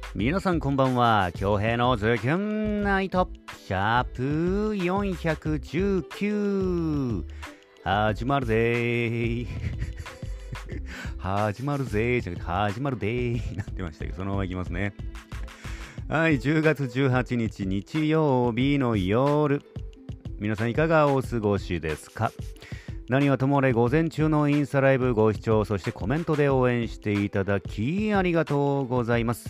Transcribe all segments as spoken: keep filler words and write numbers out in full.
皆さんこんばんは。恭平のズキュンナイトシャープよんひゃくじゅうきゅう始まるぜー始まるぜーじゃなくて始まるでーなってましたけど、そのままいきますね。はい、じゅうがつじゅうはちにち日曜日の夜、皆さんいかがお過ごしですか？何はともあれ午前中のインスタライブご視聴、そしてコメントで応援していただきありがとうございます。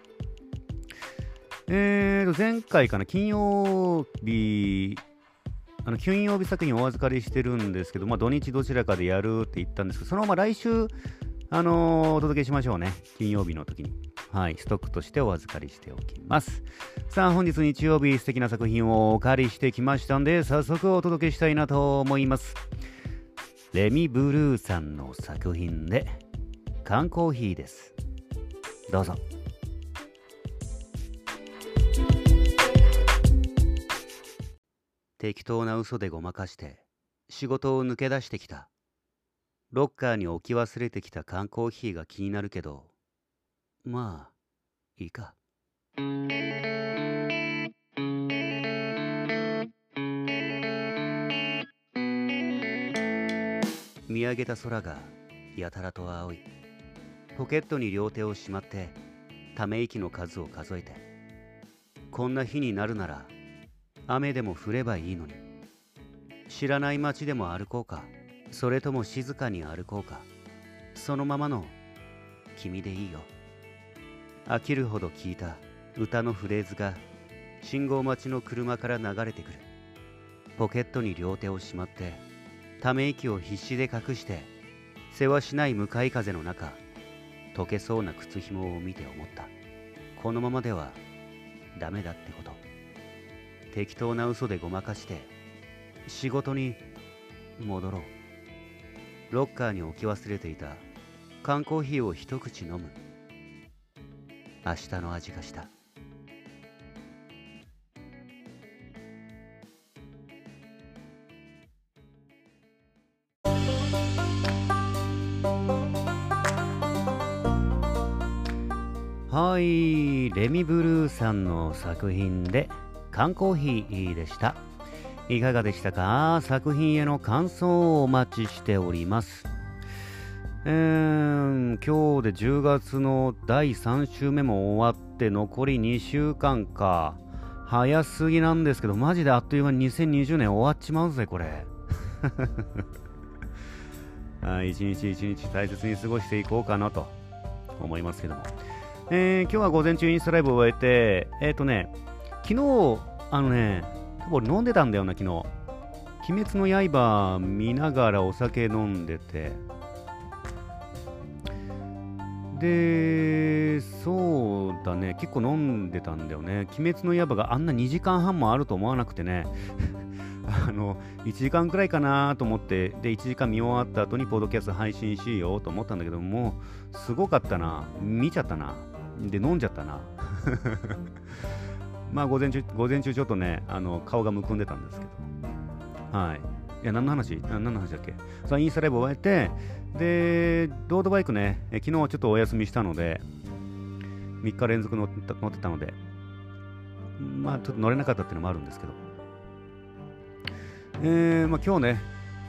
えーと前回かな、金曜日、あの金曜日作品をお預かりしてるんですけど、まあ、土日どちらかでやるって言ったんですけど、そのまま来週、あのー、お届けしましょうね。金曜日の時に。はい、ストックとしてお預かりしておきます。さあ、本日日曜日、素敵な作品をお借りしてきましたんで、早速お届けしたいなと思います。レミブルーさんの作品で、缶コーヒーです。どうぞ。適当な嘘でごまかして仕事を抜け出してきた。ロッカーに置き忘れてきた缶コーヒーが気になるけど、まあいいか。見上げた空がやたらと青い。ポケットに両手をしまってため息の数を数えて、こんな日になるなら雨でも降ればいいのに。知らない街でも歩こうか、それとも静かに歩こうか。そのままの君でいいよ。飽きるほど聞いた歌のフレーズが信号待ちの車から流れてくる。ポケットに両手をしまってため息を必死で隠して、せわしない向かい風の中、溶けそうな靴紐を見て思った。このままではダメだってこと。適当な嘘でごまかして仕事に戻ろう。ロッカーに置き忘れていた缶コーヒーを一口飲む。明日の味がした。はい、レミブルーさんの作品で缶コーヒーでした。いかがでしたか？作品への感想をお待ちしております。えー、今日でじゅうがつのだいさん週目も終わって残りにしゅうかんか。早すぎなんですけど、マジであっという間ににせんにじゅうねん終わっちまうぜこれ。はい、一日一日大切に過ごしていこうかなと思いますけども、えー、今日は午前中インスタライブを終えて、えっとね昨日あのね俺飲んでたんだよな。昨日鬼滅の刃見ながらお酒飲んでて、でそうだね、結構飲んでたんだよね。鬼滅の刃があんなにじかんはんもあると思わなくてねあのいちじかんくらいかなと思って、でいちじかん見終わった後にポッドキャスト配信しようと思ったんだけども、すごかったな。見ちゃったな。で飲んじゃったなまあ午前中午前中ちょっとね、あの顔がむくんでたんですけど、はい。いや何の話何の話だっけ。さあインスタライブ終えて、でロードバイクね、え昨日はちょっとお休みしたのでみっか連続乗ってた乗ってたので、まあちょっと乗れなかったっていうのもあるんですけど、えー、まあ今日ね、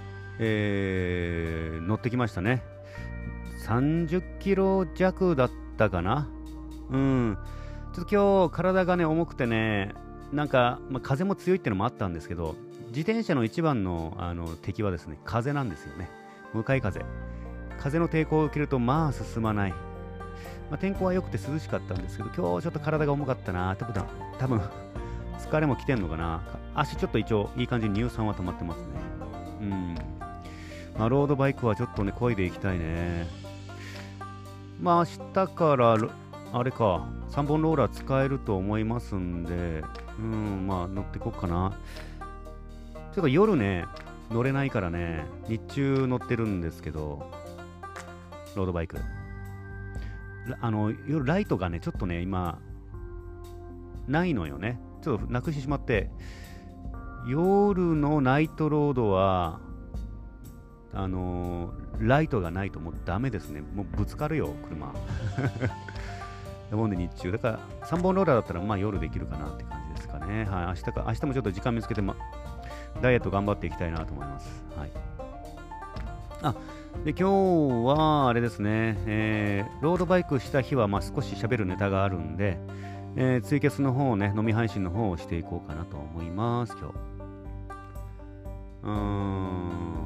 えー、乗ってきましたね。さんじゅっキロ弱だったかな。うん。ちょっと今日体がね重くてね、なんか、まあ、風も強いっていうのもあったんですけど、自転車の一番の、あの敵はですね風なんですよね。向かい風。風の抵抗を受けるとまあ進まない。まあ、天候は良くて涼しかったんですけど、今日ちょっと体が重かったな。多分多分疲れも来てんのかな。足ちょっと一応いい感じに乳酸は溜まってますね。うん。まあ、ロードバイクはちょっとね漕いでいきたいね。まあ明日からあれかさんぼんローラー使えると思いますんで、うん、まあ乗ってこっかな。ちょっと夜ね乗れないからね、日中乗ってるんですけど、ロードバイクあの夜ライトがねちょっとね今ないのよね。ちょっとなくしてしまって、夜のナイトロードはあのー、ライトがないともうダメですね。もうぶつかるよ車お盆で日中。だから、さんぼんローラーだったら、まあ夜できるかなって感じですかね。はい。明日か、明日もちょっと時間見つけて、ま、ダイエット頑張っていきたいなと思います。はい。あ、で、今日は、あれですね、えー、ロードバイクした日は、まあ少し喋るネタがあるんで、えー、ツイキャスの方をね、飲み配信の方をしていこうかなと思います、今日。うーん。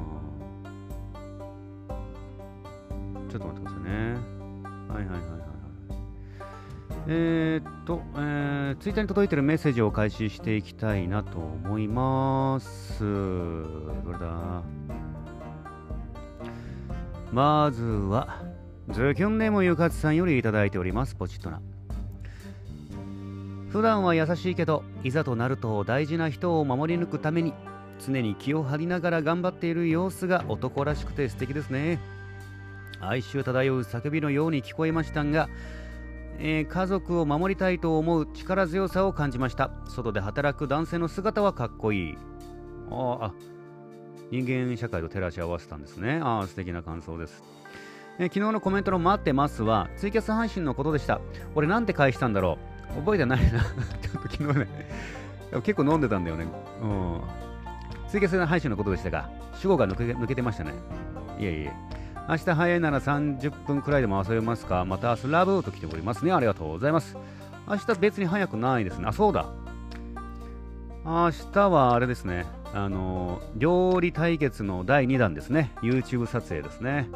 ちょっと待ってくださいね。はいはいはいはい。えーっと、えー、ツイッターに届いてるメッセージを開始していきたいなと思います。どれだ？まずは、ズキュンネームゆかつさんよりいただいております。ポチッとな。普段は優しいけど、いざとなると大事な人を守り抜くために、常に気を張りながら頑張っている様子が男らしくて素敵ですね。哀愁漂う叫びのように聞こえましたが、えー、家族を守りたいと思う力強さを感じました。外で働く男性の姿はかっこいい。ああ、人間社会と照らし合わせたんですね。ああ、素敵な感想です。えー、昨日のコメントの待ってますは、ツイキャス配信のことでした。俺なんて返したんだろう。覚えてないな。ちょっと昨日ね、結構飲んでたんだよね。うん。ツイキャス配信のことでしたが、主語が抜け抜けてましたね。いえいえ。明日早いならさんじゅっぷんくらいでも遊べますか？また明日ラブと来ておりますね。ありがとうございます。明日別に早くないですね。あ、そうだ。明日はあれですね。あのー、料理対決のだいにだんですね。YouTube 撮影ですね。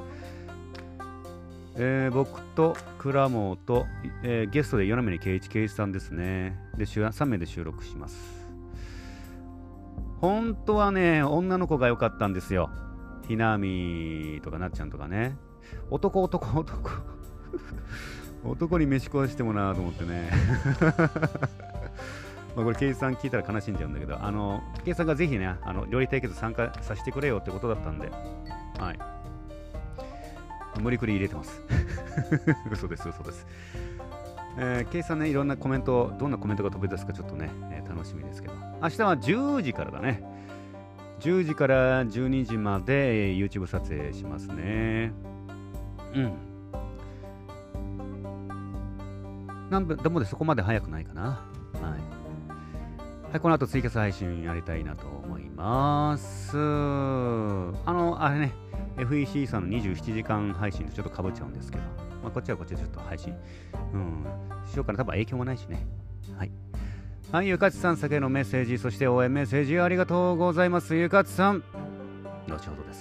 えー、僕と倉本と、えー、ゲストで与那嶺圭一圭一さんですね。で、さんめいで収録します。本当はね、女の子が良かったんですよ。ひなみとかなっちゃんとかね。男男男男に飯食わしてもなと思ってね。まあこれケイさん聞いたら悲しんじゃうんだけど、あのケイさんがぜひね、あの料理対決参加させてくれよってことだったんで、はい、無理くり入れてます嘘です嘘です。えー、ケイさんね、いろんなコメント、どんなコメントが飛び出すかちょっとね、えー、楽しみですけど、明日はじゅうじからだね。じゅうじからじゅうにじまで YouTube 撮影しますね。うん。なんでもでそこまで早くないかな。はい。はい、この後ツイキャス配信やりたいなと思います。あの、あれね、エフイーシー さんのにじゅうななじかん配信とちょっとかぶっちゃうんですけど、まあ、こっちはこっちでちょっと配信、うん、しようかな。多分影響もないしね。はい。はい、ゆかつさん先へのメッセージ、そして応援メッセージありがとうございます。ゆかつさん、後ほどです。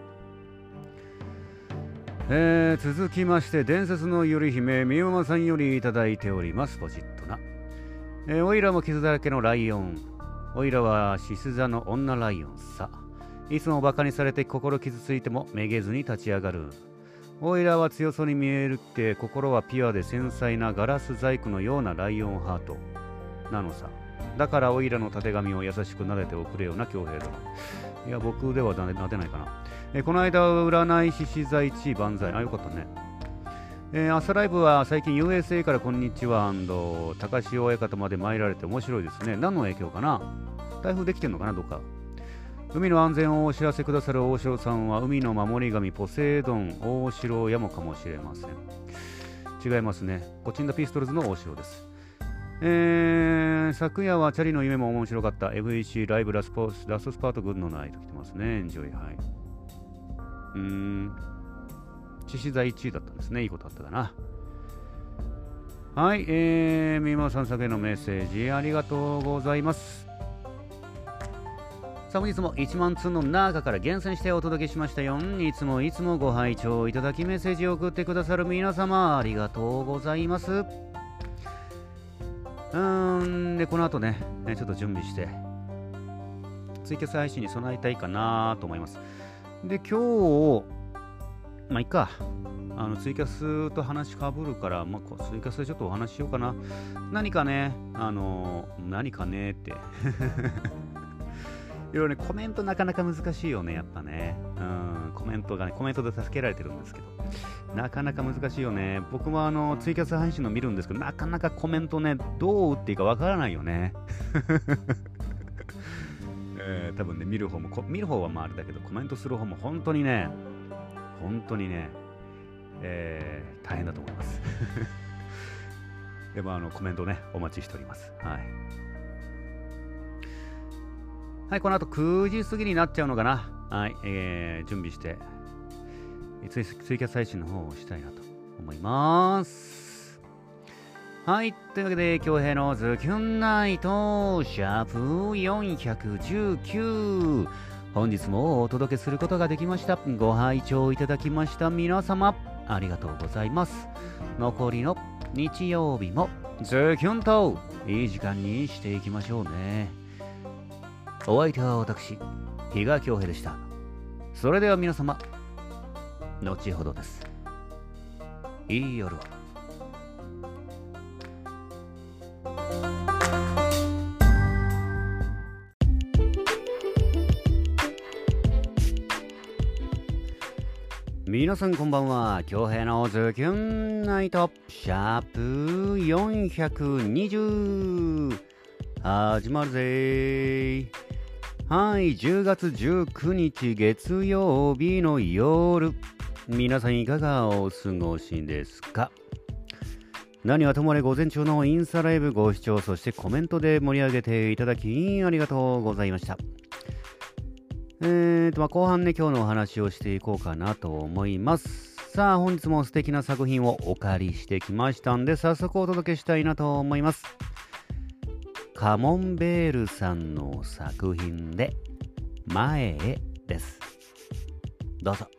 えー、続きまして、伝説のゆり姫、みゆままさんよりいただいております。ポチッとな。えー、おいらも傷だらけのライオン。おいらは獅子座の女ライオンさ。いつもバカにされて心傷ついてもめげずに立ち上がる。おいらは強そうに見えるって心はピュアで繊細なガラス細工のようなライオンハート。なのさ。だからおいらのたてがみを優しく撫でておくれよな、恭平殿。いや、僕では撫で撫でないかな。えこの間、占い獅子座いちい万歳。あ、よかったね。えー、朝ライブは最近 ユーエスエー からこんにちは高潮親方まで参られて面白いですね。何の影響かな？台風できてんのかな、どっか。海の安全をお知らせくださる大城さんは海の守り神ポセイドン大城山かもしれません。違いますね。コチンダピストルズの大城です。えー、昨夜はチャリの夢も面白かった。エフイーシー ライブラスポラストスパートグッドナイト来てますね。エンジョイ。はい。うーん。獅子座いちいだったんですね。いいことあったかな。はい。えー、みまさん先のメッセージありがとうございます。さあ、本日もいちまんつうの中から厳選してお届けしましたよ。いつもいつもご拝聴いただきメッセージを送ってくださる皆様ありがとうございます。うーんでこの後ね、ちょっと準備してツイキャス配信に備えたいかなと思います。で今日まあいいか、あのツイキャスと話かぶるから、まあ、ツイキャスでちょっとお話しようかな。何かね、あのー、何かねっていろいろね、コメントなかなか難しいよね、やっぱね。うん、コメントがね、コメントで助けられてるんですけど、なかなか難しいよね。僕もあの、ツイキャス配信の見るんですけど、なかなかコメントね、どう打っていいかわからないよね。えー、多分ね、見る方も、見る方はまああれだけど、コメントする方も本当にね、本当にね、えー、大変だと思います。 でもあのコメントね、お待ちしております。はい。はい、この後くじ過ぎになっちゃうのかな。はい、えー、準備して、ツイ、ツイキャス配信の方をしたいなと思います。はい、というわけで、京平のズキュンナイト、シャープよんひゃくじゅうきゅう。本日もお届けすることができました。ご拝聴いただきました皆様、ありがとうございます。残りの日曜日もズキュンといい時間にしていきましょうね。お相手は私、比嘉恭平でした。それでは皆様、後ほどです。いい夜を。皆さんこんばんは。恭平のズキュンナイトシャープよんひゃくにじゅう始まるぜー。はい、じゅうがつじゅうくにち月曜日の夜、皆さんいかがお過ごしですか？何はともあれ午前中のインスタライブご視聴、そしてコメントで盛り上げていただきありがとうございました。えーと、まあ、後半ね、今日のお話をしていこうかなと思います。さあ、本日も素敵な作品をお借りしてきましたんで、早速お届けしたいなと思います。カモンベールさんの作品で、前へです。どうぞ。